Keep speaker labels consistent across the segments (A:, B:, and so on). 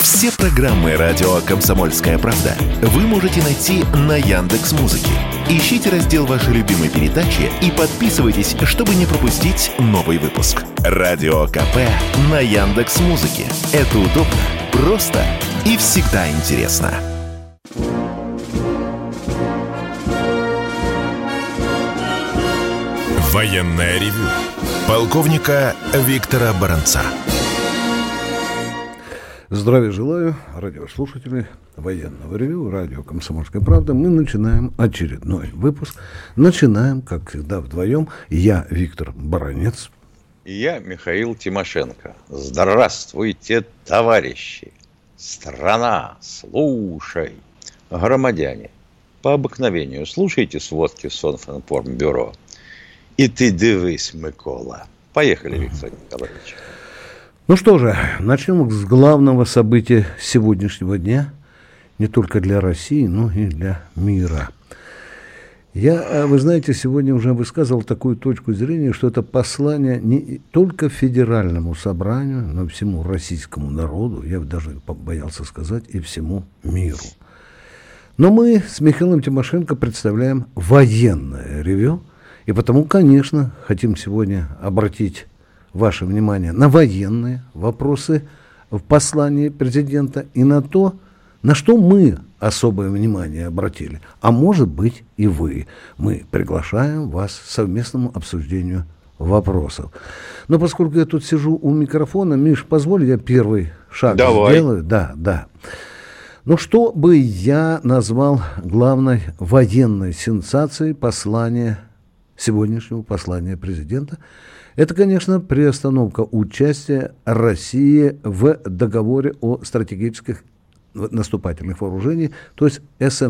A: Все программы радио «Комсомольская правда» вы можете найти на Яндекс.Музыке. Ищите раздел вашей любимой передачи и подписывайтесь, чтобы не пропустить новый выпуск. Радио КП на Яндекс.Музыке. Это удобно, просто и всегда интересно. Военное ревю полковника Виктора Баранца.
B: Здравия желаю, радиослушатели военного ревю, радио «Комсомольская правда». Мы начинаем очередной выпуск. Начинаем, как всегда, вдвоем. Я Виктор Баранец.
C: И я Михаил Тимошенко. Здравствуйте, товарищи! Страна, слушай! Громадяне, по обыкновению слушайте сводки Социнформбюро. И ты дивись, Микола. Поехали, Виктор Николаевич.
B: Ну что же, начнем с главного события сегодняшнего дня, не только для России, но и для мира. Я, вы знаете, сегодня уже высказывал такую точку зрения, что это послание не только федеральному собранию, но и всему российскому народу, я даже побоялся сказать, и всему миру. Но мы с Михаилом Тимошенко представляем военное ревю, и потому, конечно, хотим сегодня обратить ваше внимание на военные вопросы в послании президента и на то, на что мы особое внимание обратили. А может быть и вы. Мы приглашаем вас к совместному обсуждению вопросов. Но поскольку я тут сижу у микрофона, Миш, позволь, я первый шаг сделаю. Да. Ну, что бы я назвал главной военной сенсацией сегодняшнего послания президента? Это, конечно, приостановка участия России в договоре о стратегических наступательных вооружениях, то есть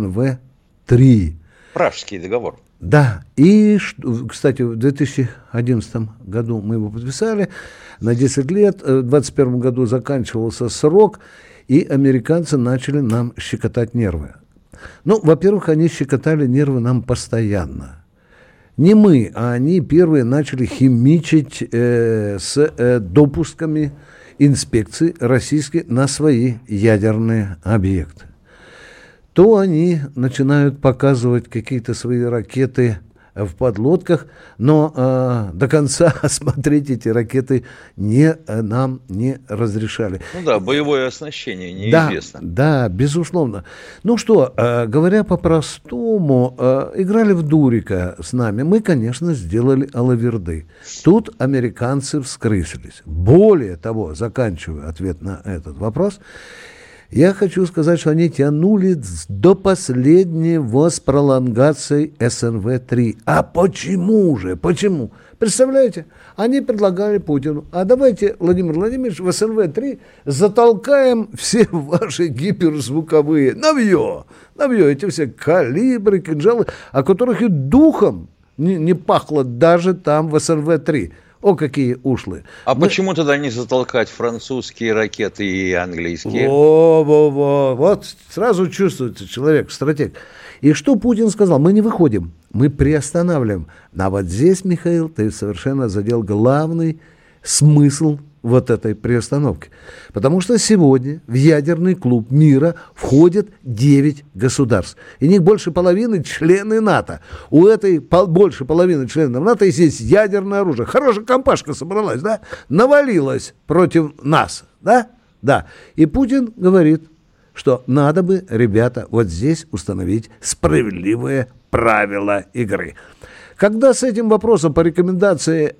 B: СНВ-3.
C: Пражский договор.
B: Да, и, кстати, в 2011 году мы его подписали на 10 лет, в 2021 году заканчивался срок, и американцы начали нам щекотать нервы. Ну, во-первых, они щекотали нервы нам постоянно. Не мы, а они первые начали химичить с допусками инспекций российских на свои ядерные объекты. То они начинают показывать какие-то свои ракеты в подлодках, но до конца осмотреть эти ракеты нам не разрешали.
C: Ну да, боевое оснащение неизвестно.
B: Да, безусловно. Ну что, говоря по-простому, играли в дурика с нами. Мы, конечно, сделали алаверды. Тут американцы вскрысились. Более того, заканчивая ответ на этот вопрос, я хочу сказать, что они тянули до последнего с пролонгацией СНВ-3. А почему же? Почему? Представляете? Они предлагали Путину: а давайте, Владимир Владимирович, в СНВ-3 затолкаем все ваши гиперзвуковые навье, эти все калибры, кинжалы, о которых и духом не пахло даже там в СНВ-3. О, какие ушлые.
C: А почему тогда не затолкать французские ракеты и английские?
B: Вот сразу чувствуется человек, стратег. И что Путин сказал? Мы не выходим, мы приостанавливаем. А вот здесь, Михаил, ты совершенно задел главный смысл вот этой приостановки. Потому что сегодня в ядерный клуб мира входят 9 государств. И них больше половины члены НАТО. У этой больше половины членов НАТО есть ядерное оружие. Хорошая компашка собралась, да? Навалилась против нас, да? Да. И Путин говорит, что надо бы, ребята, вот здесь установить справедливые правила игры. Когда с этим вопросом по рекомендации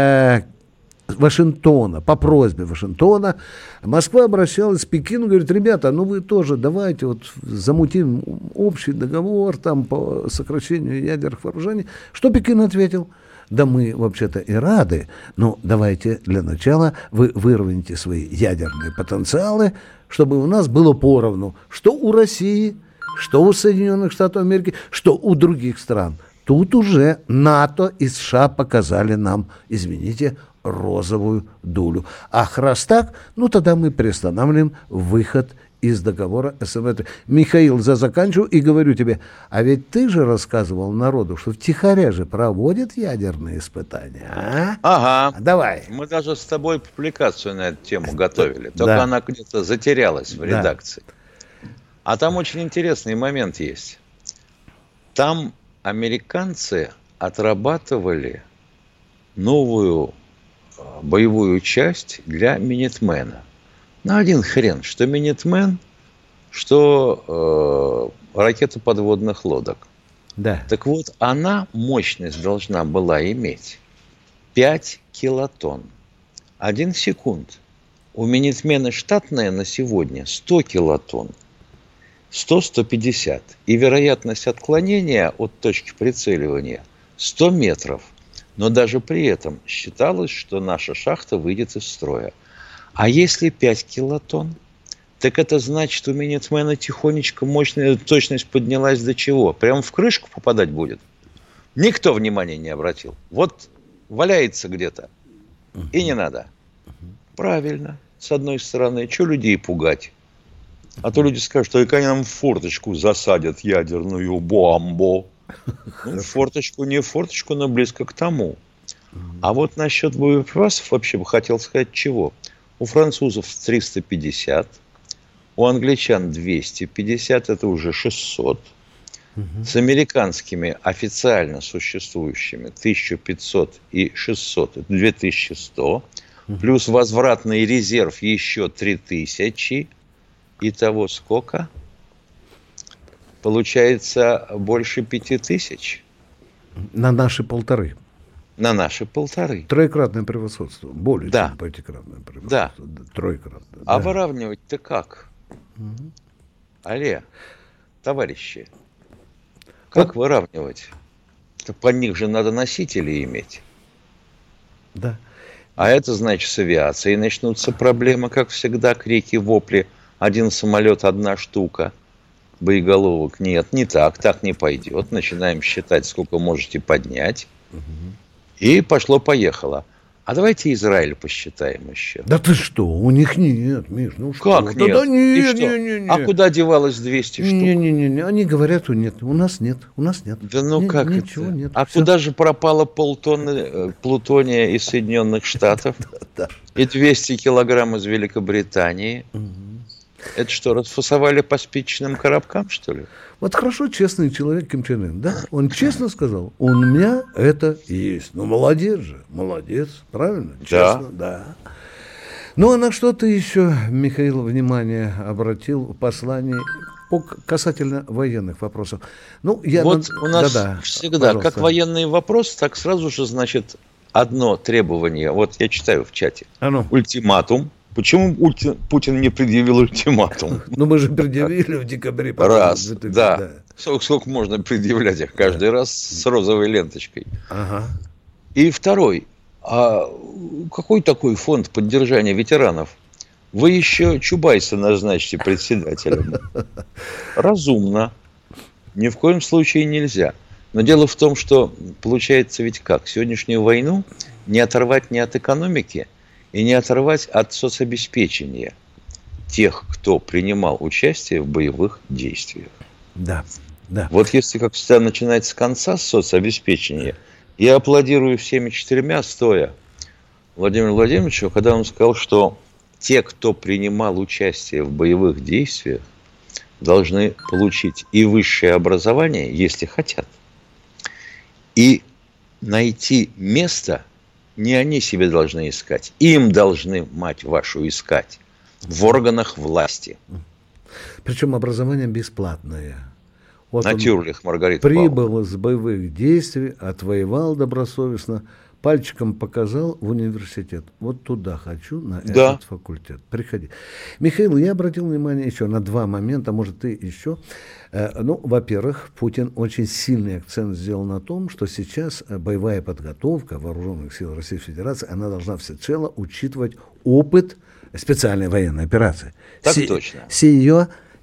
B: Вашингтона, по просьбе Вашингтона, Москва обращалась к Пекину, говорит: ребята, ну вы тоже давайте вот замутим общий договор там по сокращению ядерных вооружений. Что Пекин ответил? Да мы вообще-то и рады, но давайте для начала вы выровняйте свои ядерные потенциалы, чтобы у нас было поровну, что у России, что у Соединенных Штатов Америки, что у других стран. Тут уже НАТО и США показали нам, извините, розовую дулю. Ах, раз так, ну тогда мы приостанавливаем выход из договора СМТ. Михаил, заканчиваю и говорю тебе, а ведь ты же рассказывал народу, что втихаря же проводят ядерные испытания, а?
C: Ага.
B: Давай.
C: Мы даже с тобой публикацию на эту тему готовили. Только она где-то затерялась в редакции. А там очень интересный момент есть. Там американцы отрабатывали новую боевую часть для Минитмена. На один хрен, что Минитмен, что ракета подводных лодок.
B: Да.
C: Так вот, она мощность должна была иметь 5 килотонн. 1 секунд. У Минитмена штатная на сегодня 100 килотонн. 100-150. И вероятность отклонения от точки прицеливания 100 метров. Но даже при этом считалось, что наша шахта выйдет из строя. А если 5 килотонн, так это значит, у Минитмена тихонечко мощная точность поднялась до чего? Прямо в крышку попадать будет? Никто внимания не обратил. Вот валяется где-то. И не надо. Правильно. С одной стороны, что людей пугать? А то люди скажут, что они нам в форточку засадят ядерную бомбу. Ну, форточку, не форточку, но близко к тому. А вот насчет боеприпасов вообще бы хотел сказать чего. У французов 350, у англичан 250, это уже 600. С американскими официально существующими 1500 и 600, это 2100. Плюс возвратный резерв еще 3000. Итого сколько? Получается больше 5000.
B: На наши 1,5.
C: На наши 1,5.
B: Троекратное превосходство. Более
C: да.
B: чем пятикратное превосходство.
C: Да.
B: Троекратное.
C: А выравнивать-то как? Алле, товарищи, как выравнивать? По них же надо носители иметь.
B: Да.
C: А это значит, с авиацией начнутся проблемы, как всегда, крики, вопли. Один самолет, одна штука. Боеголовок нет, не так не пойдет. Начинаем считать, сколько можете поднять. И пошло-поехало. А давайте Израиль посчитаем еще.
B: Да ты что, у них нет, Миш, ну что?
C: Как нет?
B: Да нет,
C: не. А куда девалось 200 штук?
B: Не, они говорят, нет, у нас нет.
C: Да ну как
B: ничего
C: это?
B: Нет.
C: А
B: Все.
C: куда же пропало полтонны плутония из Соединенных Штатов? И 200 килограмм из Великобритании? Это что, расфасовали по спичечным коробкам, что ли?
B: Вот хорошо, честный человек Ким Чен Ын, да? Он честно сказал, у меня это есть. Ну, молодец же, молодец, правильно? Честно, да. Ну, а на что ты еще, Михаил, внимание обратил в послании касательно военных вопросов? Ну,
C: вот у нас всегда, пожалуйста. Как военный вопрос, так сразу же, значит, одно требование. Вот я читаю в чате. Ультиматум. Почему Путин не предъявил ультиматум?
B: Ну, мы же предъявили в декабре.
C: Раз, да. Сколько можно предъявлять их каждый раз с розовой ленточкой.
B: Ага.
C: И второй. А какой такой фонд поддержания ветеранов? Вы еще Чубайса назначите председателем. Разумно. Ни в коем случае нельзя. Но дело в том, что получается ведь как? Сегодняшнюю войну не оторвать ни от экономики, и не оторвать от соцобеспечения тех, кто принимал участие в боевых действиях.
B: Да.
C: Вот если, как всегда, начинать с конца, с соцобеспечения, я аплодирую всеми 4 стоя Владимиру Владимировичу, когда он сказал, что те, кто принимал участие в боевых действиях, должны получить и высшее образование, если хотят, и найти место. Не они себе должны искать. Им должны, мать вашу, искать. В органах власти.
B: Причем образование бесплатное. Вот
C: Натюрлих, Маргарита
B: прибыл
C: Павловна.
B: из боевых действий, отвоевал добросовестно, пальчиком показал в университет. Вот туда хочу, на этот факультет. Приходи. Михаил, я обратил внимание еще на 2 момента, может, ты еще. Ну, во-первых, Путин очень сильный акцент сделал на том, что сейчас боевая подготовка вооруженных сил Российской Федерации, она должна всецело учитывать опыт специальной военной операции.
C: Так точно.
B: С ее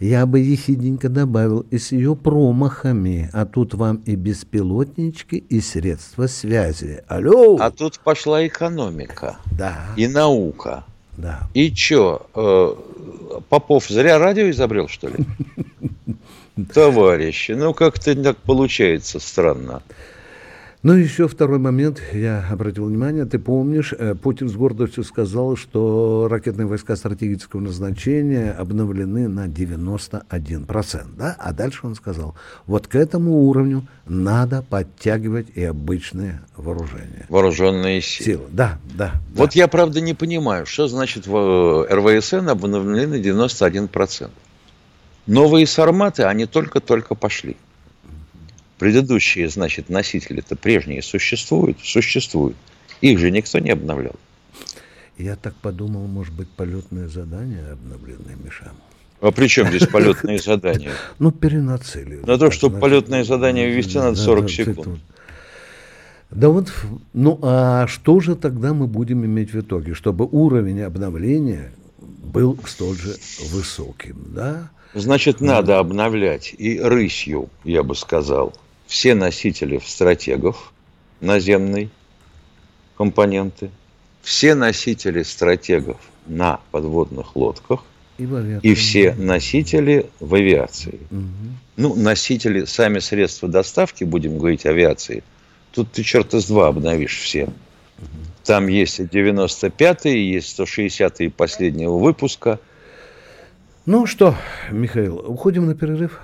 B: Я бы ехидненько добавил, и с ее промахами. А тут вам и беспилотнички, и средства связи. Алло!
C: А тут пошла экономика.
B: Да.
C: И наука.
B: Да.
C: И чё, Попов зря радио изобрел, что ли? Товарищи, ну как-то так получается странно.
B: Ну, еще второй момент, я обратил внимание, ты помнишь, Путин с гордостью сказал, что ракетные войска стратегического назначения обновлены на 91%, да? А дальше он сказал, вот к этому уровню надо подтягивать и обычные вооружения.
C: Вооруженные силы.
B: Да.
C: Вот я, правда, не понимаю, что значит в РВСН обновлены на 91%. Новые сарматы, они только-только пошли. Предыдущие, значит, носители-то прежние существуют. Их же никто не обновлял.
B: Я так подумал, может быть, полетные задания обновлены, Миша.
C: А при чем здесь полетные задания?
B: Ну, перенацеливают.
C: На то, чтобы полетные задания ввести, надо 40 секунд.
B: Да вот, ну а что же тогда мы будем иметь в итоге? Чтобы уровень обновления был столь же высоким, да?
C: Значит, надо обновлять и рысью, я бы сказал, все носители стратегов наземной компоненты, все носители стратегов на подводных лодках и все носители в авиации. Ну, носители, сами средства доставки, будем говорить, авиации, тут ты черта с два обновишь все. Там есть 95-е, есть 160-е последнего выпуска.
B: Ну что, Михаил, уходим на перерыв.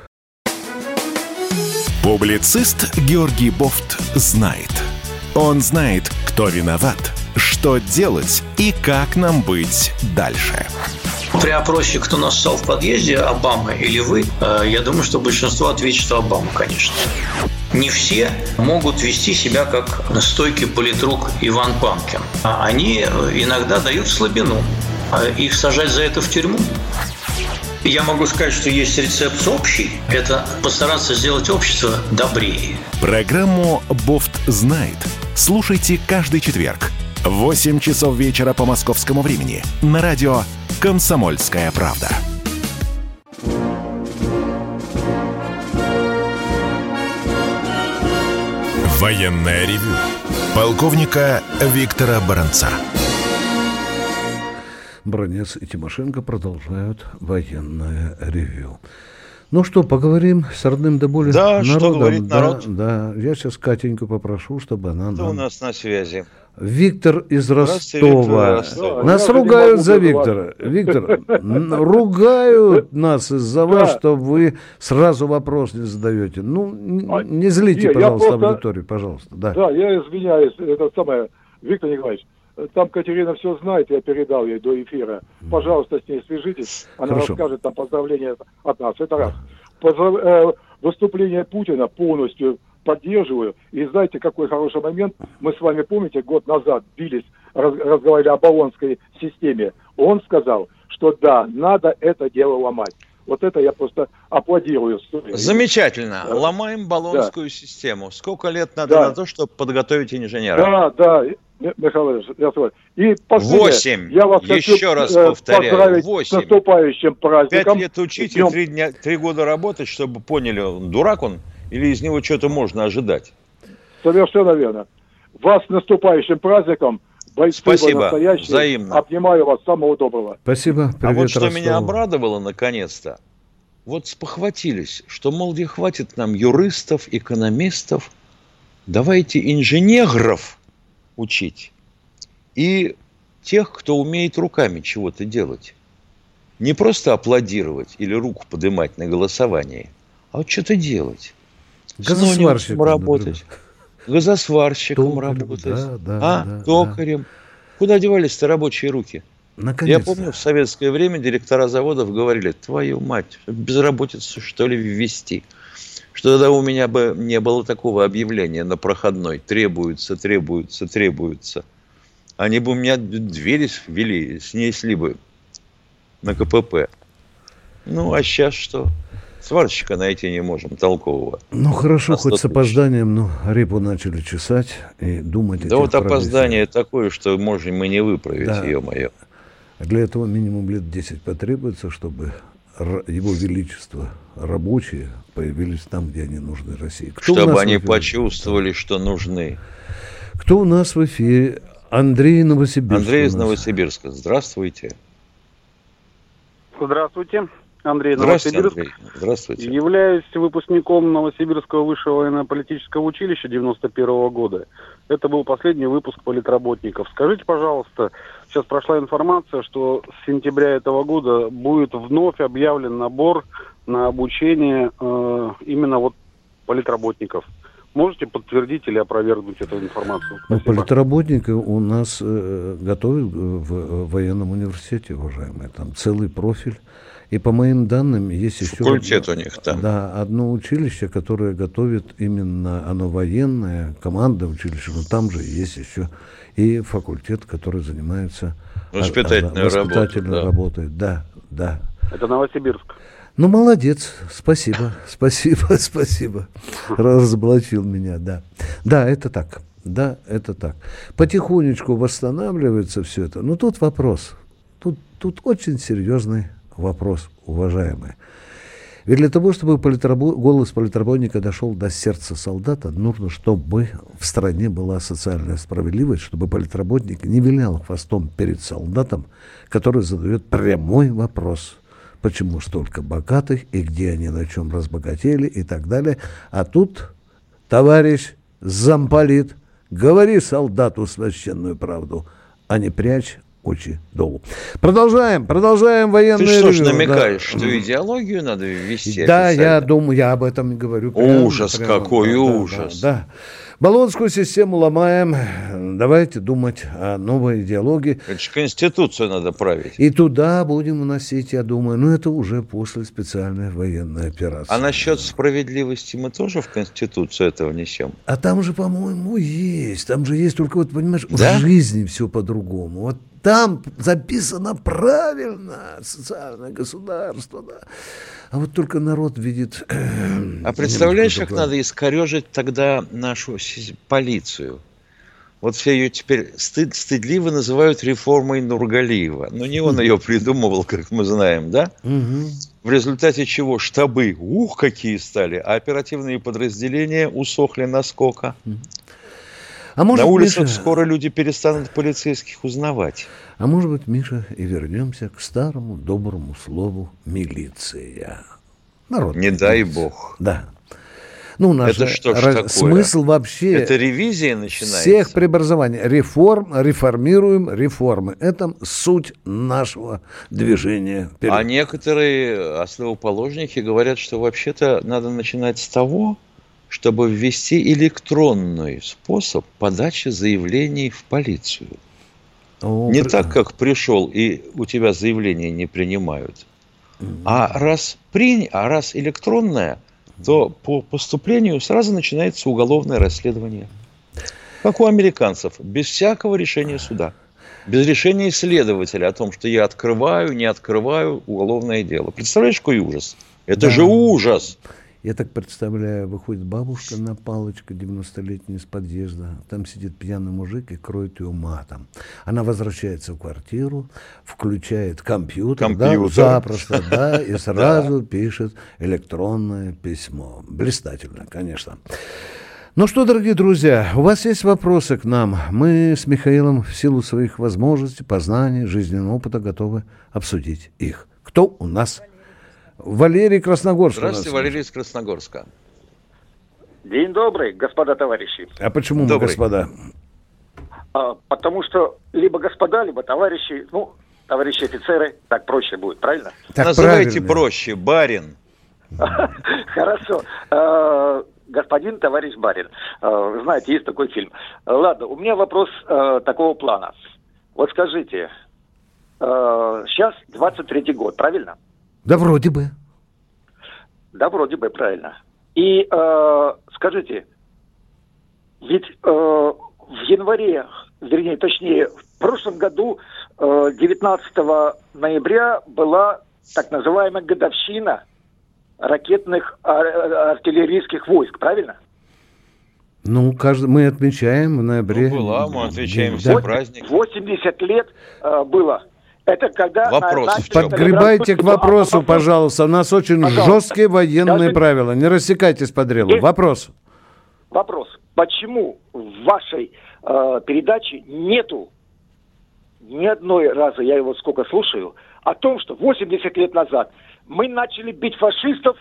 A: Публицист Георгий Бофт знает. Он знает, кто виноват, что делать и как нам быть дальше.
D: При опросе, кто нас ссал в подъезде, Обама или вы, я думаю, что большинство ответит, что Обама, конечно. Не все могут вести себя как стойкий политрук Иван Панкин. Они иногда дают слабину. Их сажать за это в тюрьму? Я могу сказать, что есть рецепт общий. Это постараться сделать общество добрее.
A: Программу «Бофт знает» слушайте каждый четверг в 8 часов вечера по московскому времени на радио «Комсомольская правда». Военное ревю полковника Виктора Баранца.
B: Баранец и Тимошенко продолжают военное ревью. Ну что, поговорим с родным до боли
C: народом? Да, что говорит
B: народ? Да, я сейчас Катеньку попрошу, чтобы она
C: Кто у нас на связи?
B: Виктор из Ростова. Нас ругают за Виктора. Виктор, ругают нас из-за вас, что вы сразу вопрос не задаете. Ну, не злите, пожалуйста, аудиторию, пожалуйста.
E: Да, я извиняюсь, это самое, Виктор Николаевич. Там Катерина все знает, я передал ей до эфира. Пожалуйста, с ней свяжитесь. Она расскажет там поздравления от нас. Это раз. Выступление Путина полностью поддерживаю. И знаете, какой хороший момент. Мы с вами, помните, год назад бились, разговаривали о Болонской системе. Он сказал, что да, надо это дело ломать. Вот это я просто аплодирую.
C: Замечательно. Ломаем Болонскую систему. Сколько лет надо на то, чтобы подготовить инженера?
E: Да. Михаил Ильич, и
C: 8.
E: Я вас
C: еще раз повторяю. 8.
E: С наступающим праздником.
C: 5 лет учить и 3 года работать, чтобы поняли, дурак он или из него что-то можно ожидать.
E: Совершенно верно. Вас с наступающим праздником.
C: Спасибо. Взаимно.
E: Обнимаю вас. Самого доброго.
B: Спасибо. Привет,
C: вот что меня обрадовало наконец-то. Вот спохватились, что, мол, где хватит нам юристов, экономистов. Давайте инженеров учить. И тех, кто умеет руками чего-то делать. Не просто аплодировать или руку поднимать на голосовании, а вот что-то делать.
B: Газосварщиком
C: работать. Газосварщиком работать. Токарем. Куда девались-то рабочие руки?
B: Наконец-то.
C: Я помню, в советское время директора заводов говорили, твою мать, безработицу что ли ввести? Что тогда у меня бы не было такого объявления на проходной. Требуется. Они бы у меня двери ввели, снесли бы на КПП. Ну, а сейчас что? Сварщика найти не можем, толкового.
B: Ну, хорошо, хоть с опозданием, но репу начали чесать и думать.
C: Да вот опоздание такое, что можем мы не выправить, ё-моё.
B: Для этого минимум лет 10 потребуется, чтобы его величество рабочие появились там, где они нужны России.
C: Чтобы они почувствовали, что нужны.
B: Кто у нас в эфире? Андрей Новосибирск.
C: Андрей из Новосибирска. Здравствуйте.
F: Здравствуйте. Андрей Новосибирск.
C: Андрей. Здравствуйте.
F: Являюсь выпускником Новосибирского высшего военно-политического училища 91 года. Это был последний выпуск политработников. Скажите, пожалуйста, сейчас прошла информация, что с сентября этого года будет вновь объявлен набор на обучение именно вот политработников. Можете подтвердить или опровергнуть эту информацию?
B: Ну, политработника у нас готовят в военном университете, уважаемые. Там целый профиль. И по моим данным, есть еще...
C: Факультет у них там.
B: Да, одно училище, которое готовит именно, оно военное, команда училища, но там же есть еще и факультет, который занимается воспитательной работой. Да.
F: Это Новосибирск.
B: Ну, молодец, спасибо. Разоблачил меня, да. Да, это так. Потихонечку восстанавливается все это. Но тут вопрос. Тут очень серьезный вопрос, уважаемые. Ведь для того, чтобы голос политработника дошел до сердца солдата, нужно, чтобы в стране была социальная справедливость, чтобы политработник не вилял хвостом перед солдатом, который задает прямой вопрос. Почему столько богатых, и где они на чем разбогатели, и так далее. А тут, товарищ замполит, говори солдату священную правду, а не прячь очи долу. Продолжаем военное ревью.
C: Ты что ж намекаешь, что идеологию надо ввести?
B: Да, я думаю, я об этом и говорю.
C: Ужас, какой ужас.
B: Да. Болонскую систему ломаем. Давайте думать о новой идеологии.
C: Это же Конституцию надо править.
B: И туда будем вносить, я думаю. Но это уже после специальной военной операции.
C: А насчет справедливости мы тоже в Конституцию это внесем?
B: А там же, по-моему, есть. Там же есть, только вот, понимаешь,
C: да?
B: В жизни все по-другому. Вот там записано правильно социальное государство, да. А вот только народ видит...
C: А представляешь, как надо искорежить тогда нашу полицию? Вот все ее теперь стыдливо называют реформой Нургалиева. Но не он ее придумывал, как мы знаем, да? В результате чего штабы, какие стали, а оперативные подразделения усохли насколько.
B: А может,
C: на улицах
B: Миша,
C: скоро люди перестанут полицейских узнавать.
B: А может быть, Миша, и вернемся к старому доброму слову «милиция». Народная
C: не
B: милиция.
C: Дай бог.
B: Да. Ну,
C: это что ж такое?
B: Смысл вообще...
C: Это ревизия начинается?
B: Всех преобразований. Реформируем реформы. Это суть нашего движения вперед.
C: А некоторые основоположники говорят, что вообще-то надо начинать с того, чтобы ввести электронный способ подачи заявлений в полицию. Не так, как пришел, и у тебя заявление не принимают. А раз электронное, то по поступлению сразу начинается уголовное расследование. Как у американцев, без всякого решения суда. Без решения следователя о том, что я открываю, не открываю уголовное дело. Представляешь, какой ужас? Это же ужас!
B: Я так представляю, выходит бабушка на палочке 90-летняя из подъезда, там сидит пьяный мужик и кроет ее матом. Она возвращается в квартиру, включает компьютер. Да, запросто, да, и сразу пишет электронное письмо. Блистательно, конечно. Ну что, дорогие друзья, у вас есть вопросы к нам. Мы с Михаилом в силу своих возможностей, познаний, жизненного опыта готовы обсудить их. Кто у нас? Валерий Красногорск.
C: Здравствуйте, Валерий из Красногорска.
G: День добрый, господа товарищи.
B: А почему мы господа?
G: Потому что либо господа, либо товарищи, товарищи офицеры, так проще будет, правильно?
B: Так
C: называйте
B: правильно.
C: Проще, барин.
G: Хорошо. Господин товарищ барин. Знаете, есть такой фильм. Ладно, у меня вопрос такого плана. Вот скажите, сейчас 23-й год, правильно?
B: Да, вроде бы.
G: Да, вроде бы, правильно. И скажите, ведь в январе, вернее, точнее, в прошлом году, 19 ноября, была так называемая годовщина ракетных артиллерийских войск, правильно?
B: Ну, мы отмечаем в ноябре.
C: Мы отмечаем все праздники.
G: 80 лет было Это когда...
C: Вопрос.
B: Подгребайте к вопросу, пожалуйста. У нас очень жесткие военные правила. Не рассекайтесь по дрелу. Вопрос.
G: Вопрос. Почему в вашей передаче нету ни одной раза, я его сколько слушаю, о том, что 80 лет назад мы начали бить фашистов,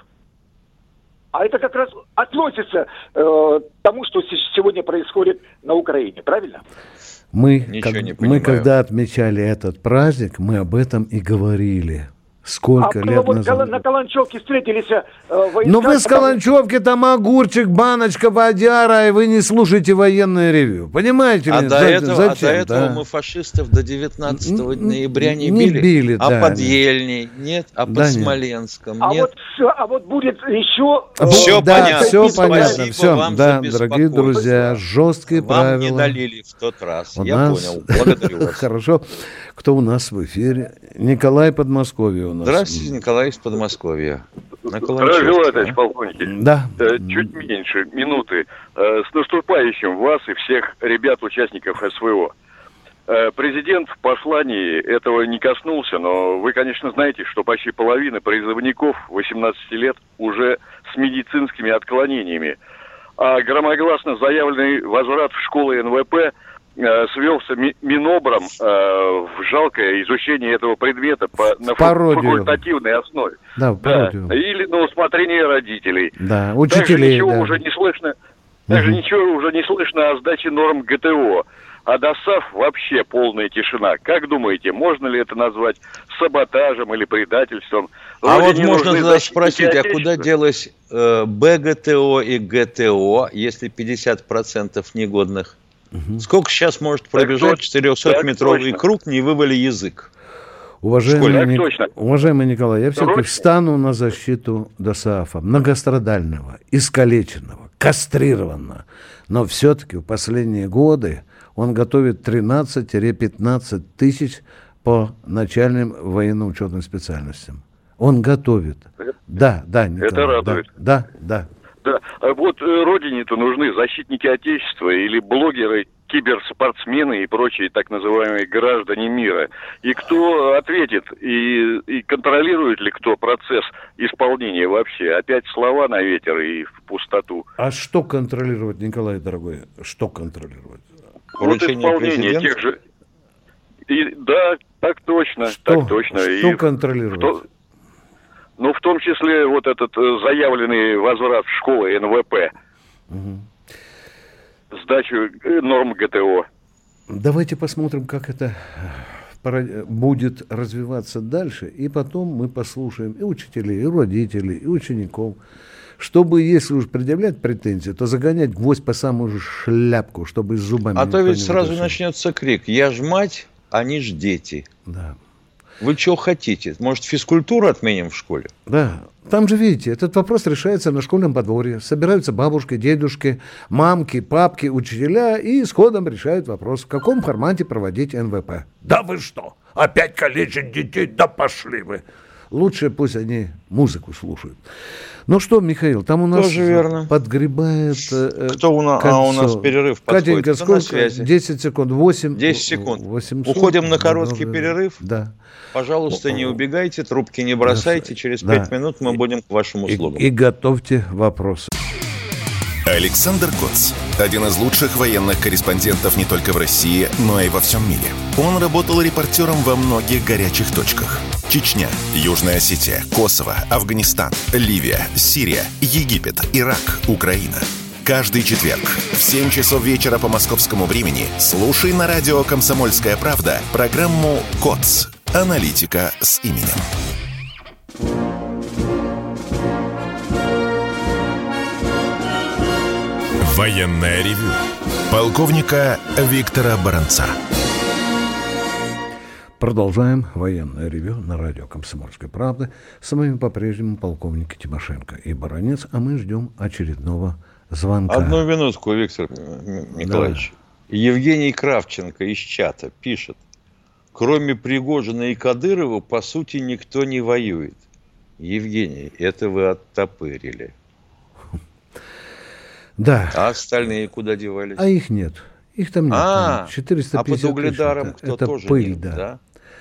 G: а это как раз относится к тому, что сегодня происходит на Украине, правильно?
B: Мы, когда отмечали этот праздник, мы об этом и говорили. Сколько лет назад?
G: На Каланчевке встретились войска...
B: Ну вы с Каланчевки, там огурчик, баночка, водяра, и вы не слушаете военное ревью. Понимаете ли?
C: До этого мы фашистов до 19 ноября не били. Под Ельней нет, под Смоленском нет.
G: А вот будет еще...
C: Все понятно.
B: Все понятно. Все, да, дорогие друзья, жесткие правила.
C: Вам не долили в тот раз. Я понял. Благодарю вас.
B: Хорошо. Кто у нас в эфире? Николай, Подмосковье у нас.
C: Здравствуйте, Николай из Подмосковья.
H: Здравия желаю, товарищ полковники.
B: Да.
H: Чуть меньше минуты. С наступающим вас и всех ребят-участников СВО. Президент в послании этого не коснулся, но вы, конечно, знаете, что почти половина призывников 18 лет уже с медицинскими отклонениями. А громогласно заявленный возврат в школы НВП свелся Минобром в жалкое изучение этого предмета на факультативной основе.
B: Да,
H: или на усмотрение родителей.
B: Да, учителей.
H: Также ничего уже не слышно о сдаче норм ГТО. А до САФ вообще полная тишина. Как думаете, можно ли это назвать саботажем или предательством?
C: А вот можно тогда спросить, а куда делось БГТО и ГТО, если 50% негодных? Сколько сейчас может пробежать 400-метровый круг, не вывали язык?
B: Уважаемый Николай, я все-таки встану на защиту ДОСААФа, многострадального, искалеченного, кастрированного. Но все-таки в последние годы он готовит 13-15 тысяч по начальным военно-учетным специальностям. Он готовит. Да, Николай.
H: Это радует.
B: Да.
H: А вот родине-то нужны защитники Отечества или блогеры, киберспортсмены и прочие так называемые граждане мира. И кто ответит, и контролирует ли кто процесс исполнения вообще? Опять слова на ветер и в пустоту.
B: А что контролировать, Николай, дорогой? Что контролировать?
H: Вот исполнение тех же... Да, так точно.
B: Что контролировать?
H: Ну, в том числе вот этот заявленный возврат в школы НВП. Сдачу норм ГТО.
B: Давайте посмотрим, как это будет развиваться дальше. И потом мы послушаем и учителей, и родителей, и учеников. Чтобы, если уж предъявлять претензии, то загонять гвоздь по самую шляпку, чтобы с зубами...
C: А то ведь сразу начнется крик. Я ж мать, они ж дети.
B: Да.
C: Вы чего хотите? Может, физкультуру отменим в школе?
B: Да. Там же, видите, этот вопрос решается на школьном подворье. Собираются бабушки, дедушки, мамки, папки, учителя и сходом решают вопрос, в каком формате проводить НВП. Да вы что? Опять калечить детей? Да пошли вы! Лучше пусть они музыку слушают. Ну что, Михаил, там у нас
C: тоже верно.
B: Подгребает
C: Кто у нас? А у нас перерыв подходит.
B: Катенька, сколько? 10 секунд. 10
C: секунд. 800. Уходим на короткий перерыв.
B: Да.
C: Пожалуйста, не убегайте, трубки не бросайте. Через 5 минут мы будем к вашим услугам.
B: И готовьте вопросы.
A: Александр Коц. Один из лучших военных корреспондентов не только в России, но и во всем мире. Он работал репортером во многих горячих точках. Чечня, Южная Осетия, Косово, Афганистан, Ливия, Сирия, Египет, Ирак, Украина. Каждый четверг в 7 часов вечера по московскому времени слушай на радио «Комсомольская правда» программу «КОЦ. Аналитика с именем». Военное ревю полковника Виктора Баранца.
B: Продолжаем военное ревю на радио «Комсомольская правда». С вами по-прежнему полковник Тимошенко и Баранец, а мы ждем очередного звонка.
C: Одну минутку, Виктор Николаевич. Да. Евгений Кравченко из чата пишет: кроме Пригожина и Кадырова, по сути, никто не воюет. Евгений, это вы оттопырили.
B: Да.
C: А остальные куда девались?
B: А их нет. Их там нет. 450
C: под Угледаром кто
B: это
C: тоже
B: пыль,
C: нет,
B: да.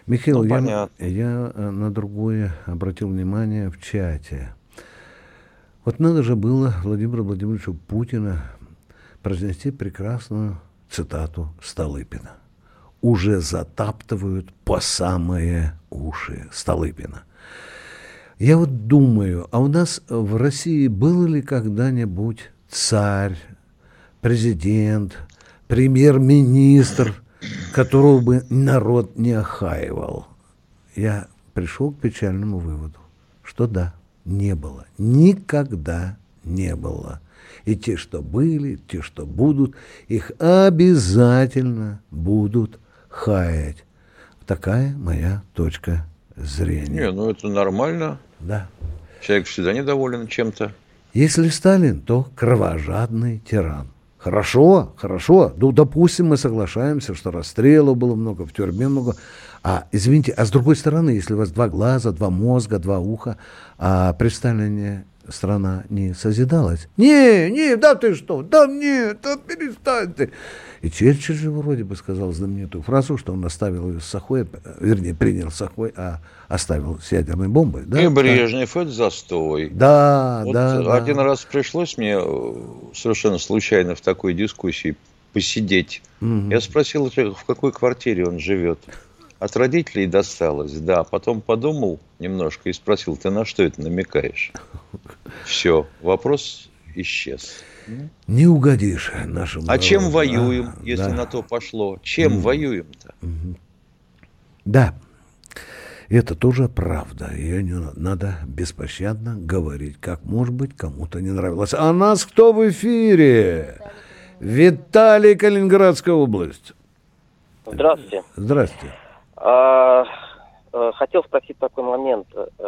B: Михаил, я на другое обратил внимание в чате. Вот надо же было Владимиру Владимировичу Путину произнести прекрасную цитату Столыпина. «Уже затаптывают по самые уши» Столыпина. Я вот думаю, а у нас в России был ли когда-нибудь царь, президент, премьер-министр, которого бы народ не охаивал? Я пришел к печальному выводу, что да, не было. Никогда не было. И те, что были, те, что будут, их обязательно будут хаять. Такая моя точка зрения.
C: Не, это нормально.
B: Да.
C: Человек всегда недоволен чем-то.
B: Если Сталин, то кровожадный тиран. Хорошо. Ну, допустим, мы соглашаемся, что расстрелов было много, в тюрьме много. Извините, с другой стороны, если у вас 2 глаза, 2 мозга, 2 уха, а при Сталине страна не созидалась. Да ты что? Да нет, да перестань ты. И Черчилль же вроде бы сказал знаменитую фразу, что он оставил ее с Сахой, принял Сахой, а оставил с ядерной бомбой. Да?
C: И Брежнев, это застой.
B: Да.
C: Один раз пришлось мне совершенно случайно в такой дискуссии посидеть. Угу. Я спросил, в какой квартире он живет. От родителей досталось, да. Потом подумал немножко и спросил, ты на что это намекаешь? Все, вопрос исчез.
B: Не угодишь нашему народу.
C: А чем воюем, если на то пошло? Чем воюем-то?
B: Да, это тоже правда. Ее не надо беспощадно говорить, как, может быть, кому-то не нравилось. А нас кто в эфире? Виталий, Калининградская область.
I: Здравствуйте.
B: Здравствуйте.
I: Хотел спросить такой момент.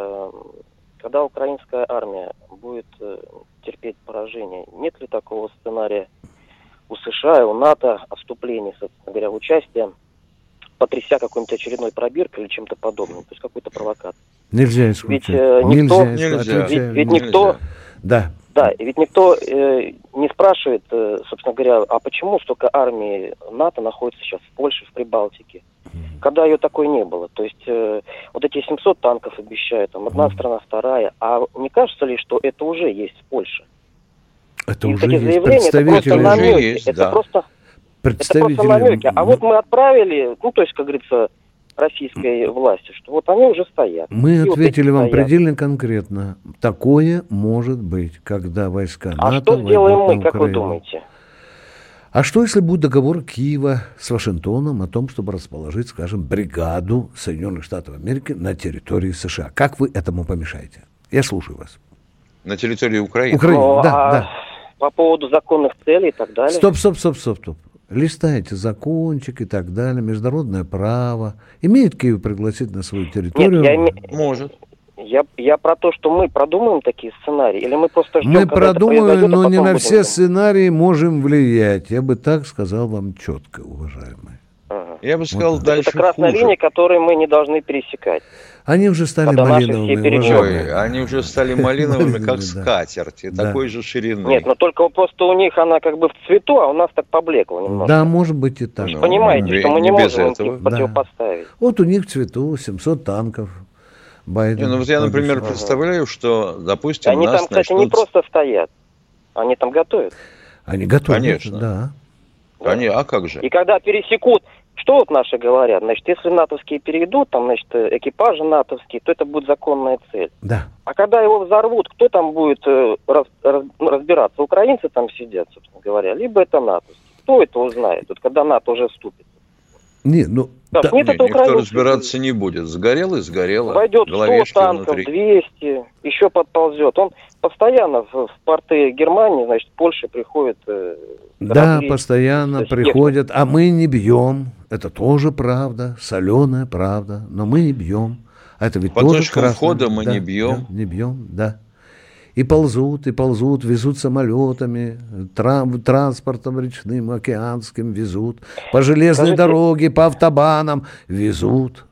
I: Когда украинская армия будет терпеть поражение, нет ли такого сценария у США и у НАТО о вступлении, собственно говоря, в участие, потряся какой-нибудь очередной пробиркой или чем-то подобным, то есть какой-то провокацией?
B: Нельзя исключать.
I: Ведь никто... Да, и ведь никто не спрашивает, собственно говоря, а почему столько армий НАТО находится сейчас в Польше, в Прибалтике, когда ее такой не было. То есть вот эти 700 танков обещают, там одна страна, вторая. А не кажется ли, что это уже есть в Польше?
B: Это
I: и
B: уже
I: эти
B: есть.
I: Представители это просто намеки.
B: Есть,
I: это просто намеки. А вот мы отправили, то есть, как говорится, российской власти, что вот они уже стоят.
B: Мы ответили вам предельно конкретно. Такое может быть, когда войска НАТО...
I: А что сделаем мы, как вы думаете?
B: А что, если будет договор Киева с Вашингтоном о том, чтобы расположить, скажем, бригаду Соединенных Штатов Америки на территории США? Как вы этому помешаете? Я слушаю вас.
C: На территории Украины?
B: Да.
I: По поводу законных целей и так далее?
B: Стоп. Листайте закончик и так далее, международное право. Имеет Киев пригласить на свою территорию?
C: Может.
I: Я про то, что мы продумаем такие сценарии, или мы просто ждем,
B: мы продумаем, но не на все сценарии можем влиять. Я бы так сказал вам четко, уважаемые.
C: Я бы сказал, вот дальше
I: это красная
C: хуже.
I: линия, которую мы не должны пересекать.
B: Они уже стали малиновыми.
C: Они уже стали малиновыми, как скатерти, такой же ширины.
I: Нет, но только просто у них она как бы в цвету, а у нас так поблекла немножко.
B: Да, может быть и так.
I: Вы понимаете, что мы не можем им противопоставить.
B: Вот у них в цвету 700 танков. Байден,
C: вот я, например, представляю, что, допустим,
I: они там, кстати, не просто стоят, они там готовят.
B: Они готовят,
C: конечно.
B: Да.
C: А как же?
I: И когда пересекут, что вот наши говорят, значит, если натовские перейдут, там, значит, экипажи натовские, то это будет законная цель.
B: Да.
I: А когда его взорвут, кто там будет разбираться? Украинцы там сидят, собственно говоря, либо это натовские. Кто это узнает, вот когда НАТО уже вступит?
C: Никто разбираться не будет. Сгорело и сгорело.
I: Войдет 100 танков, 200, еще подползет. Он постоянно в порты Германии, значит, Польши приходит.
B: Да, постоянно приходят, а мы не бьем. Это тоже правда, соленая правда, но мы не бьем. А это ведь
C: по
B: тоже
C: точкам входа мы не бьем.
B: Не бьем, да. И ползут, везут самолетами, транспортом речным, океанским везут, по железной дороге, по автобанам везут.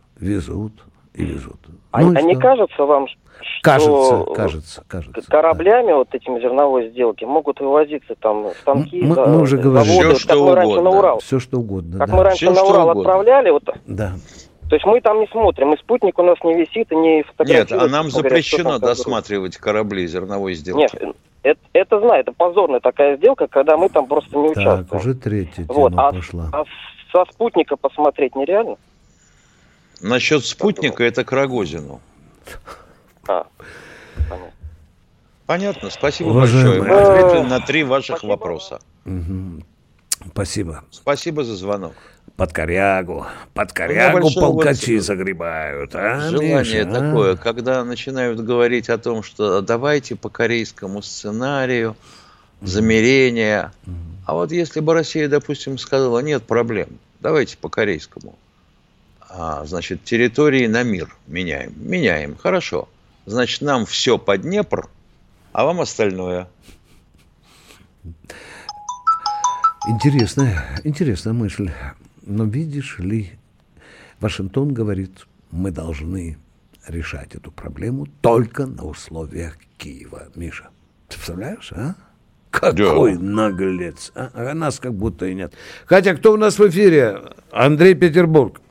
I: А не кажется вам, что
B: кажется.
I: кораблями вот этими зерновой сделки могут вывозиться там станки,
B: мы уже говорили,
I: заводы, как мы раньше на Урал.
B: Все что угодно.
I: Как мы раньше на Урал отправляли.
B: Да.
I: То есть мы там не смотрим, и спутник у нас не висит, и не фотографирует.
C: Нет, а нам запрещено досматривать корабли зерновой сделки.
I: Нет, это знаю, это позорная такая сделка, когда мы там просто не участвуем.
B: Так, уже третья тема пошла.
I: А со спутника посмотреть нереально?
C: Насчет спутника это к Рогозину.
I: Понятно.
C: Понятно, спасибо большое. Мы ответили на 3 ваших вопроса.
B: Спасибо.
C: Спасибо за звонок.
B: Под корягу полкачи загребают.
C: Желание такое, когда начинают говорить о том, что давайте по корейскому сценарию, замерения. А вот если бы Россия, допустим, сказала, нет проблем, давайте по корейскому. Значит, территории на мир меняем. Меняем, хорошо. Значит, нам все под Днепр, а вам остальное.
B: Интересная мысль. Но видишь ли, Вашингтон говорит, мы должны решать эту проблему только на условиях Киева. Миша, ты представляешь, а? Какой наглец. А нас как будто и нет. Катя, кто у нас в эфире? Андрей, Петербург.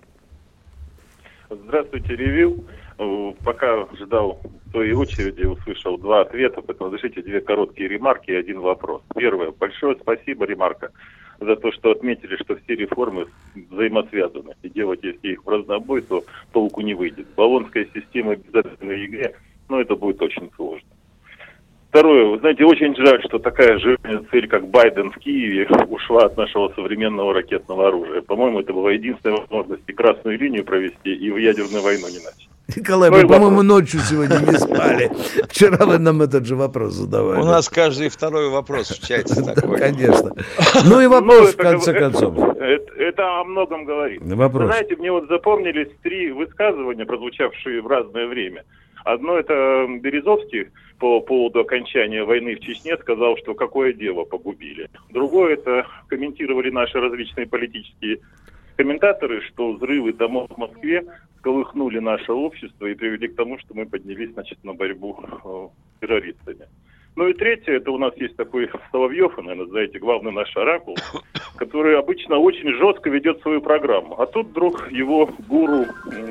J: Здравствуйте, Ревью. Пока ждал своей очереди, услышал 2 ответа, поэтому разрешите 2 короткие ремарки и 1 вопрос. Первое. Большое спасибо, ремарка, за то, что отметили, что все реформы взаимосвязаны. И делать, если их в разнобой, то толку не выйдет. Болонская система в обязательной игре, это будет очень сложно. Второе. Вы знаете, очень жаль, что такая жирная цель, как Байден в Киеве, ушла от нашего современного ракетного оружия. По-моему, это была единственная возможность и красную линию провести, и в ядерную войну не начать.
B: Николай, вы, по-моему, ночью сегодня не спали. Вчера вы нам этот же вопрос задавали.
C: У нас каждый второй вопрос в чате такой.
B: Конечно. Ну и вопрос, в конце концов.
J: Это о многом говорит.
B: Вопрос.
J: Знаете, мне запомнились 3 высказывания, прозвучавшие в разное время. Одно это Березовский по поводу окончания войны в Чечне сказал, что какое дело погубили. Другое это комментировали наши различные политические комментаторы, что взрывы домов в Москве сколыхнули наше общество и привели к тому, что мы поднялись, на борьбу с террористами. И третье, это у нас есть такой Соловьев, наверное, знаете, главный наш оракул, который обычно очень жестко ведет свою программу. А тут вдруг его гуру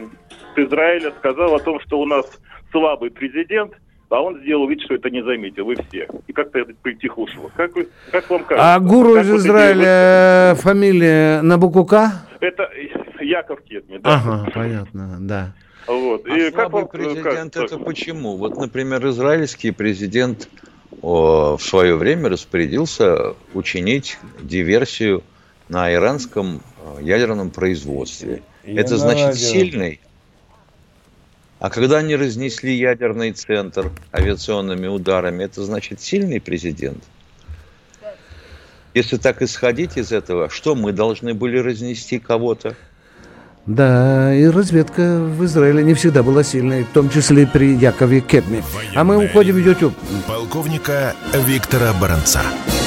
J: с Израиля сказал о том, что у нас слабый президент, а он сделал вид, что это не заметил, вы все. И как-то это притихло. Как вам кажется?
B: А гуру из Израиля фамилия на букву К?
J: Это Яков Кетми, да.
B: Ага, понятно, да.
C: Вот. И как вам президент это почему? Вот, например, израильский президент в свое время распорядился учинить диверсию на иранском ядерном производстве. Это значит сильный. А когда они разнесли ядерный центр авиационными ударами, это значит сильный президент? Если так исходить из этого, что мы должны были разнести кого-то?
B: Да, и разведка в Израиле не всегда была сильной, в том числе при Якове Кетме. А мы уходим в YouTube.
A: Полковника Виктора Баранца.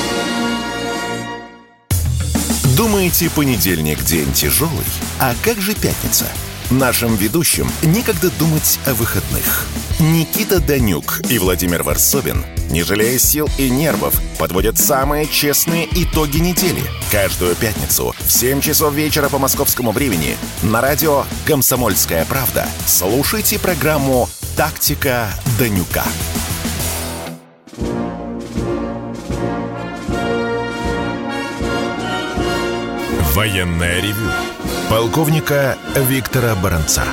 A: Думаете, понедельник день тяжелый? А как же пятница? Нашим ведущим некогда думать о выходных. Никита Данюк и Владимир Варсобин, не жалея сил и нервов, подводят самые честные итоги недели. Каждую пятницу в 7 часов вечера по московскому времени на радио «Комсомольская правда» слушайте программу «Тактика Данюка». Военное ревю полковника Виктора Баранца.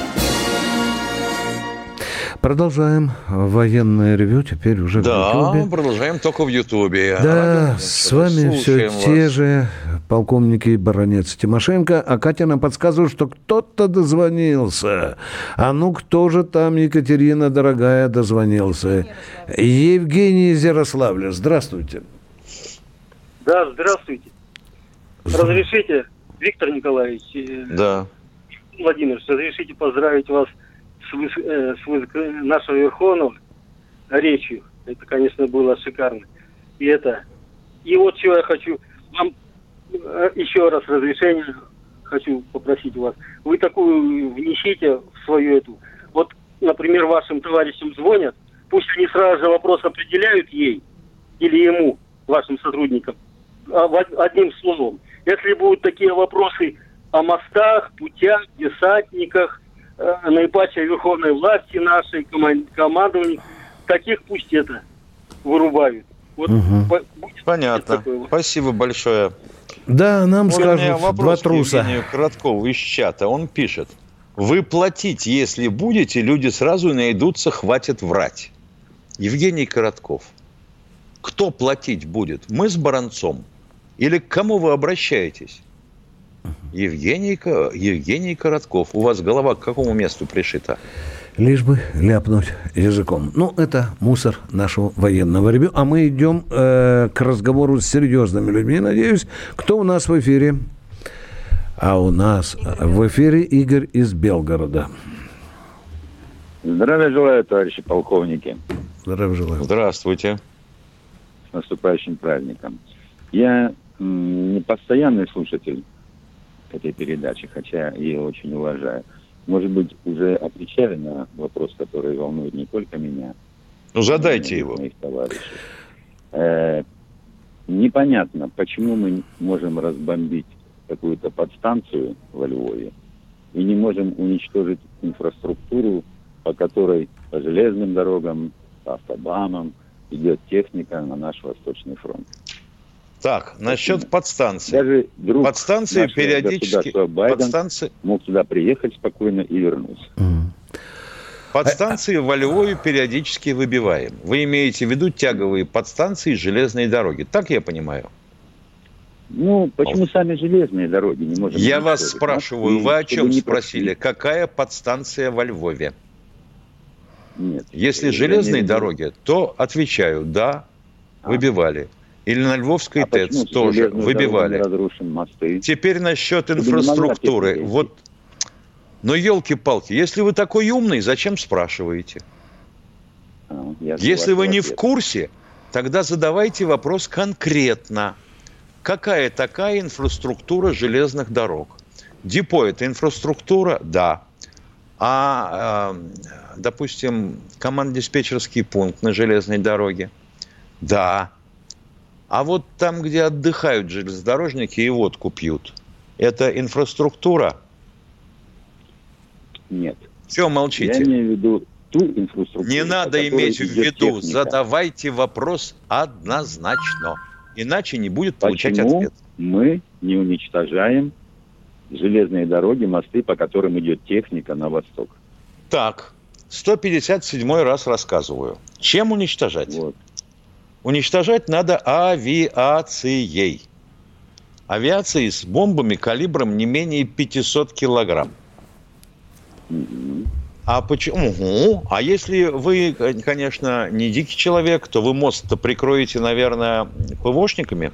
B: Продолжаем военное ревю, теперь уже в Ютубе.
C: Да, продолжаем только в Ютубе.
B: Да, с вами все те же полковники Баранец и Тимошенко, а Катя нам подсказывает, что кто-то дозвонился. А ну, кто же там, Екатерина, дорогая, дозвонился? Евгений из Ярославля, здравствуйте.
K: Да, здравствуйте. Разрешите, Виктор Николаевич,
C: да.
K: Владимир, разрешите поздравить вас с нашего Верховного речью. Это, конечно, было шикарно. И вот чего я хочу вам еще раз разрешение хочу попросить у вас. Вы такую внесите в свою эту. Вот, например, вашим товарищам звонят, пусть они сразу же вопрос определяют ей или ему, вашим сотрудникам, одним словом. Если будут такие вопросы о мостах, путях, десантниках, наипаче верховной власти нашей, командований. Таких пусть это вырубают. Вот
C: понятно. Спасибо большое.
B: Да, нам скажут два труса.
C: Евгению Короткову из чата. Он пишет: вы платите, если будете, люди сразу найдутся, хватит врать. Евгений Коротков. Кто платить будет? Мы с Баранцом? Или к кому вы обращаетесь? Евгений Коротков. У вас голова к какому месту пришита?
B: Лишь бы ляпнуть языком. Ну, это мусор нашего военного ревю. А мы идем к разговору с серьезными людьми. Надеюсь, кто у нас в эфире? А у нас в эфире Игорь из Белгорода.
L: Здравия желаю, товарищи полковники.
B: Здравия желаю.
C: Здравствуйте.
L: С наступающим праздником. Я не постоянный слушатель этой передачи, хотя ее очень уважаю. Может быть, уже отвечали на вопрос, который волнует не только меня.
C: Ну, задайте его.
L: Моих товарищей. Непонятно, почему мы можем разбомбить какую-то подстанцию во Львове и не можем уничтожить инфраструктуру, по которой по железным дорогам, по автобанам идет техника на наш Восточный фронт.
C: Так, насчет подстанции. Даже друг подстанции периодически...
L: Подстанции мог сюда приехать спокойно и вернуться.
C: Подстанции во Львове периодически выбиваем. Вы имеете в виду тяговые подстанции железной дороги. Так я понимаю?
L: Ну, почему сами железные дороги не можем...
C: Я вас спрашиваю, вы о чем спросили? Какая подстанция во Львове?
L: Нет.
C: Если железные дороги, то отвечаю, да, выбивали. Или на Львовской ТЭЦ тоже выбивали. Теперь насчет инфраструктуры. Вот, но елки-палки, если вы такой умный, зачем спрашиваете? Если вы не в курсе, тогда задавайте вопрос конкретно. Какая такая инфраструктура железных дорог? Депо – это инфраструктура? Да. Допустим, командно-диспетчерский пункт на железной дороге? Да. А вот там, где отдыхают железнодорожники и водку пьют, это инфраструктура?
L: Нет.
C: Чего молчите?
L: Я имею в виду ту инфраструктуру.
C: Не надо иметь в виду. Задавайте вопрос однозначно. Иначе не будет получать ответ.
L: Мы не уничтожаем железные дороги, мосты, по которым идет техника на восток?
C: Так, 157-й раз рассказываю. Чем уничтожать?
L: Вот.
C: Уничтожать надо авиацией. Авиацией с бомбами калибром не менее 500 килограмм. А почему? А если вы, конечно, не дикий человек, то вы мост-то прикроете, наверное, ПВОшниками?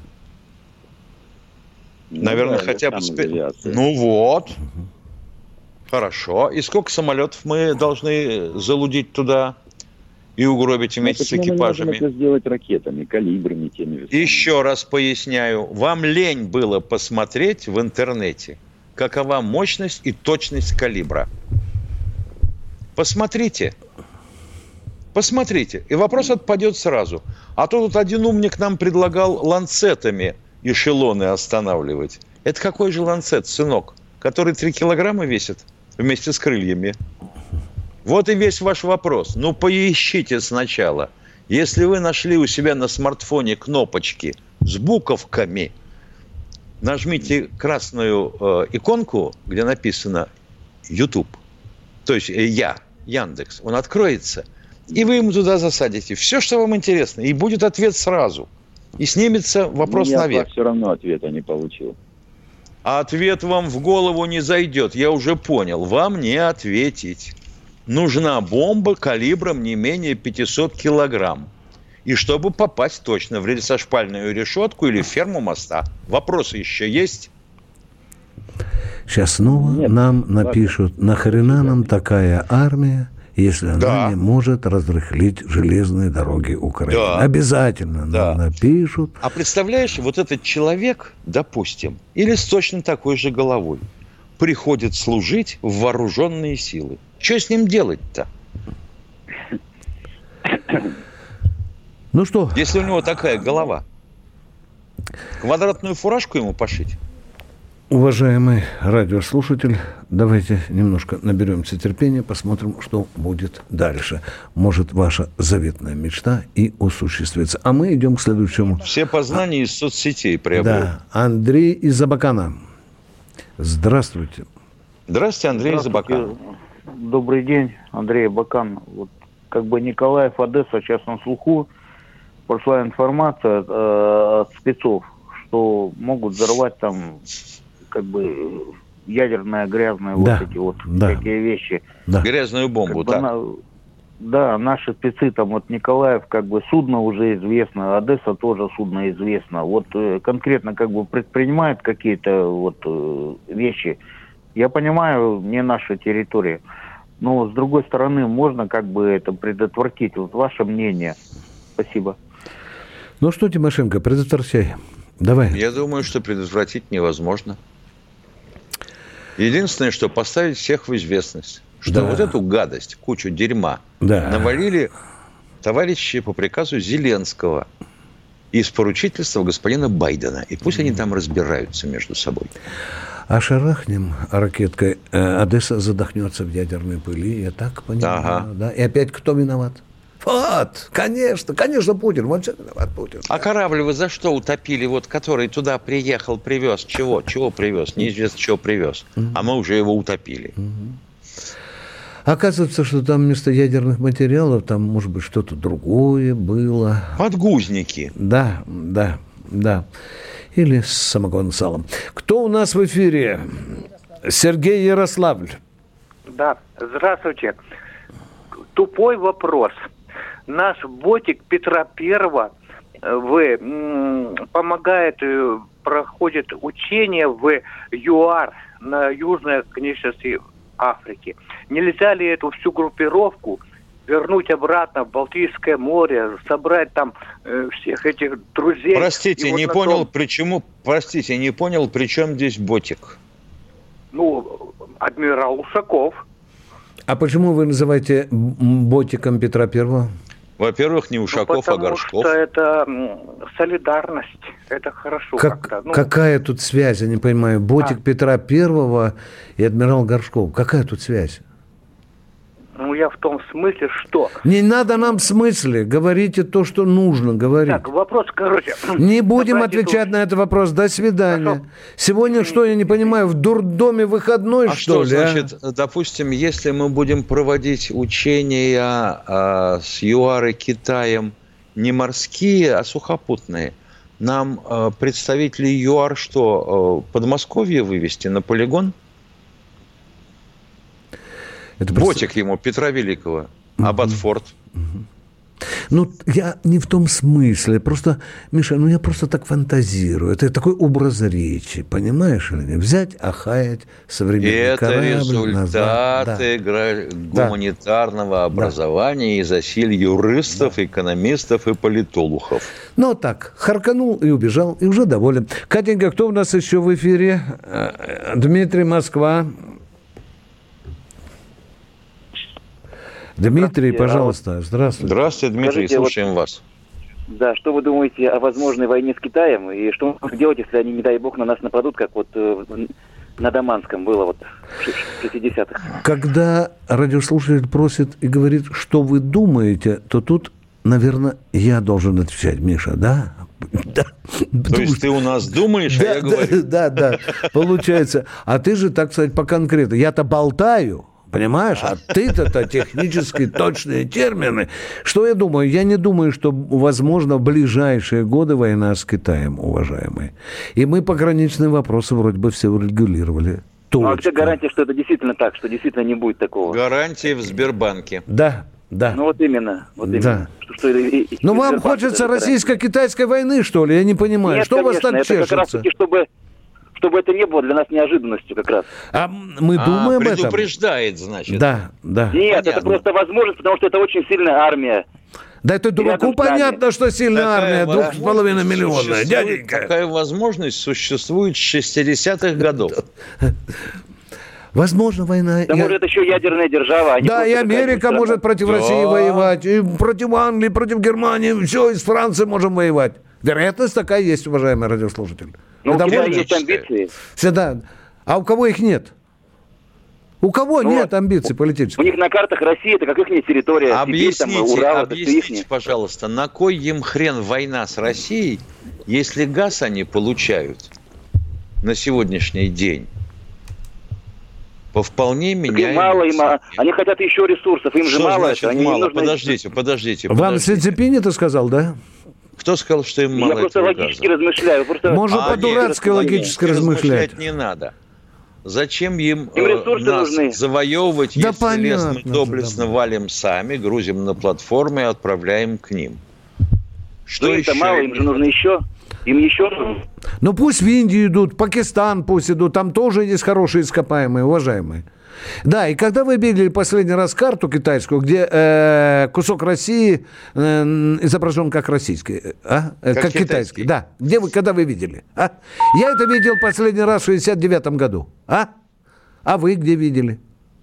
C: Наверное, хотя бы... Ну вот. Хорошо. И сколько самолетов мы должны залудить туда и угробить вместе с экипажами?
L: Мы можем это сделать ракетами, калибрами теми же.
C: Еще раз поясняю. Вам лень было посмотреть в интернете, какова мощность и точность калибра. Посмотрите. Посмотрите. И вопрос отпадет сразу. А то тут один умник нам предлагал ланцетами эшелоны останавливать. Это какой же ланцет, сынок? Который 3 килограмма весит вместе с крыльями? Вот и весь ваш вопрос. Ну, поищите сначала. Если вы нашли у себя на смартфоне кнопочки с буковками, нажмите красную иконку, где написано YouTube. То есть Яндекс. Он откроется. И вы ему туда засадите все, что вам интересно. И будет ответ сразу. И снимется вопрос наверх.
L: Я все равно ответа не получил.
C: А ответ вам в голову не зайдет. Я уже понял. Вам не ответить. Нужна бомба калибром не менее 500 килограмм. И чтобы попасть точно в рельсошпальную решетку или в ферму моста. Вопросы еще есть?
B: Сейчас снова нам напишут, нахрена нам такая армия, если она не может разрыхлить железные дороги Украины. Да. Обязательно нам напишут.
C: А представляешь, вот этот человек, допустим, или с точно такой же головой, приходит служить в вооруженные силы. Что с ним делать-то?
B: Ну что?
C: Если у него такая голова, квадратную фуражку ему пошить?
B: Уважаемый радиослушатель, давайте немножко наберемся терпения, посмотрим, что будет дальше. Может, ваша заветная мечта и осуществится. А мы идем к следующему.
C: Все познания из соцсетей приобрел.
B: Да, Андрей из Абакана. Здравствуйте.
C: Здравствуйте, Андрей из Абакана.
M: Добрый день, Андрей Абакан. Вот, как бы Николаев, Одесса сейчас на слуху. Прошла информация от спецов, что могут взорвать там как бы ядерное, грязное,
B: да,
M: вот эти вот
B: да,
M: всякие вещи.
C: Да. Грязную бомбу, как да.
M: Да, наши спецы, там вот Николаев, как бы судно уже известно, Одесса тоже судно известно. Вот конкретно как бы предпринимают какие-то вот вещи. Я понимаю, не наша территория. Но с другой стороны, можно как бы это предотвратить. Вот ваше мнение. Спасибо.
B: Ну что, Тимошенко, предотвращай. Давай.
C: Я думаю, что предотвратить невозможно. Единственное, что поставить всех в известность, что вот эту гадость, кучу дерьма навалили товарищи по приказу Зеленского из поручительства господина Байдена. И пусть они там разбираются между собой.
B: А шарахнем ракеткой, Одесса задохнется в ядерной пыли, я так понимаю. Ага. Да? И опять кто виноват? Вот, конечно, Путин. Вот все виноват Путин.
C: А корабль вы за что утопили, вот который туда приехал, привез? Чего привез? Неизвестно, чего привез. А мы уже его утопили.
B: Оказывается, что там вместо ядерных материалов, там, может быть, что-то другое было.
C: Подгузники.
B: Да. Или с самогонным салом. Кто у нас в эфире? Сергей, Ярославль.
N: Да, здравствуйте. Тупой вопрос. Наш ботик Петра Первого помогает, проходит учение в ЮАР, на южной оконечности Африки. Нельзя ли эту всю группировку вернуть обратно в Балтийское море, собрать там всех этих друзей?
C: Простите, не понял, при чем здесь ботик?
N: Ну, адмирал Ушаков.
B: А почему вы называете ботиком Петра Первого?
C: Во-первых, не Ушаков, а Горшков.
N: Потому что это солидарность. Это хорошо как-то.
B: Какая тут связь, я не понимаю. Ботик Петра Первого и адмирал Горшков. Какая тут связь?
N: Ну, я в том смысле, что...
B: Не надо нам в смысле. Говорите то, что нужно говорить.
N: Так, вопрос, короче...
B: Не будем отвечать на этот вопрос. До свидания. Хорошо. Сегодня что, я не понимаю, в дурдоме выходной, что ли?
C: Значит, допустим, если мы будем проводить учения с ЮАР и Китаем не морские, а сухопутные, нам представители ЮАР что, Подмосковье вывести на полигон? Это ботик ему, Петра Великого, Аббатфорд.
B: Ну, я не в том смысле. Просто, Миша, я просто так фантазирую. Это такой образ речи, понимаешь или нет? Взять, охаять современный корабль.
C: Это результаты гуманитарного образования и засиль юристов, экономистов и политологов.
B: Ну, так, харканул и убежал, и уже доволен. Катенька, кто у нас еще в эфире? Дмитрий, Москва. Дмитрий, пожалуйста, здравствуйте.
C: Здравствуйте, Дмитрий, скажите, слушаем вас.
I: Да, что вы думаете о возможной войне с Китаем? И что делать, если они, не дай бог, на нас нападут, как вот на Даманском было вот в 60-х?
B: Когда радиослушатель просит и говорит, что вы думаете, то тут, наверное, я должен отвечать, Миша, да?
C: Да. То есть ты у нас думаешь, а я говорю?
B: Да, получается. А ты же, так сказать, по конкретно. Я-то болтаю. Понимаешь? А ты-то технически точные термины. Что я думаю? Я не думаю, что, возможно, в ближайшие годы война с Китаем, уважаемые. И мы пограничные вопросы вроде бы все урегулировали.
I: А где гарантия, что это действительно так, что действительно не будет такого?
C: Гарантии в Сбербанке.
B: Да.
I: Ну вот именно.
B: Да. Но вам хочется российско-китайской войны, что ли? Я не понимаю.
I: Нет,
B: что
I: конечно,
B: у вас так
I: это
B: чешется?
I: Как раз таки, чтобы это не было для нас неожиданностью как раз.
B: А мы думаем об этом.
C: Предупреждает, значит.
B: Да.
I: Нет,
C: понятно.
I: Это просто возможность, потому что это очень сильная армия.
B: Да это дураку понятно, что сильная армия, 2,5 миллиона. Дяденька.
C: Такая возможность существует с 60-х годов.
B: Возможно, война...
I: Да может еще ядерная держава.
B: Да, и Америка может против России воевать, и против Англии, против Германии, все, и с Францией можем воевать. Вероятность такая есть, уважаемый радиослушатель.
O: Но у тебя есть амбиции.
B: Всегда. А у кого их нет? У кого нет амбиций политических?
O: У них на картах России это как их территория.
C: Объясните, пожалуйста, на кой им хрен война с Россией, если газ они получают на сегодняшний день по вполне меняемым...
O: Мало им, они хотят еще ресурсов, им же мало.
C: Значит, мало? Подождите.
B: Вам Си Цзиньпин это сказал, да?
C: Кто сказал, что им мало?
O: Я просто логически размышляю.
B: Можно по-дурацки логически размышлять.
C: Не надо. Зачем им нас нужны. Завоевывать, если лес мы доблестно валим сами, грузим на платформы и отправляем к ним?
O: Что еще? Мало, им же нужно еще. Им еще нужно.
B: Ну пусть в Индию идут, в Пакистан пусть идут, там тоже есть хорошие ископаемые, уважаемые. Да, и когда вы видели последний раз карту китайскую, где кусок России изображен как российский, как китайский, да, когда вы видели? Я это видел последний раз в 69 году, а вы где видели?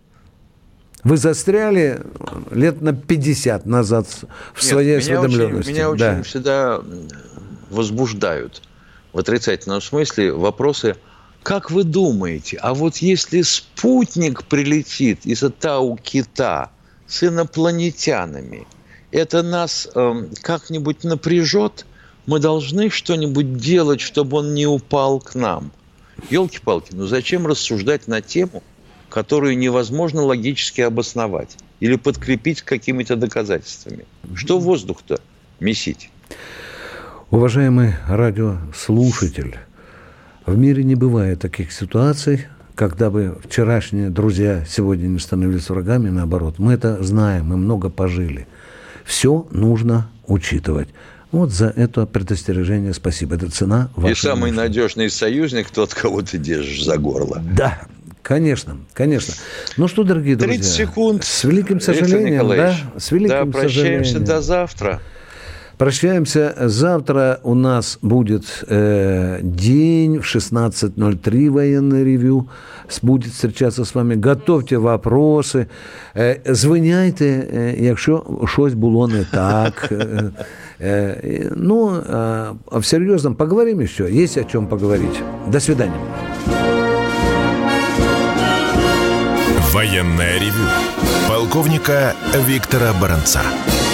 B: Вы застряли лет на 50 назад в своей осведомленности.
C: Меня очень всегда возбуждают в отрицательном смысле вопросы. Как вы думаете, а вот если спутник прилетит из Тау-Кита с инопланетянами, это нас как-нибудь напряжет? Мы должны что-нибудь делать, чтобы он не упал к нам? Ёлки-палки, зачем рассуждать на тему, которую невозможно логически обосновать или подкрепить какими-то доказательствами? Что воздух-то месить?
B: Уважаемый радиослушатель, в мире не бывает таких ситуаций, когда бы вчерашние друзья сегодня не становились врагами, наоборот. Мы это знаем, мы много пожили. Все нужно учитывать. Вот за это предостережение спасибо. Это цена вашей
C: И самый мысли. Надежный союзник тот, кого ты держишь за горло.
B: Да, конечно. Ну что, дорогие друзья.
C: 30 секунд.
B: С великим сожалением,
C: с великим прощаемся до завтра.
B: Прощаемся. Завтра у нас будет день в 16:03 военное ревю. Будет встречаться с вами. Готовьте вопроси. Звиняйте, якщо щось було не так. В серьезном поговорим еще. Есть о чем поговорить. До свидания.
A: Военное ревю полковника Виктора Баранца.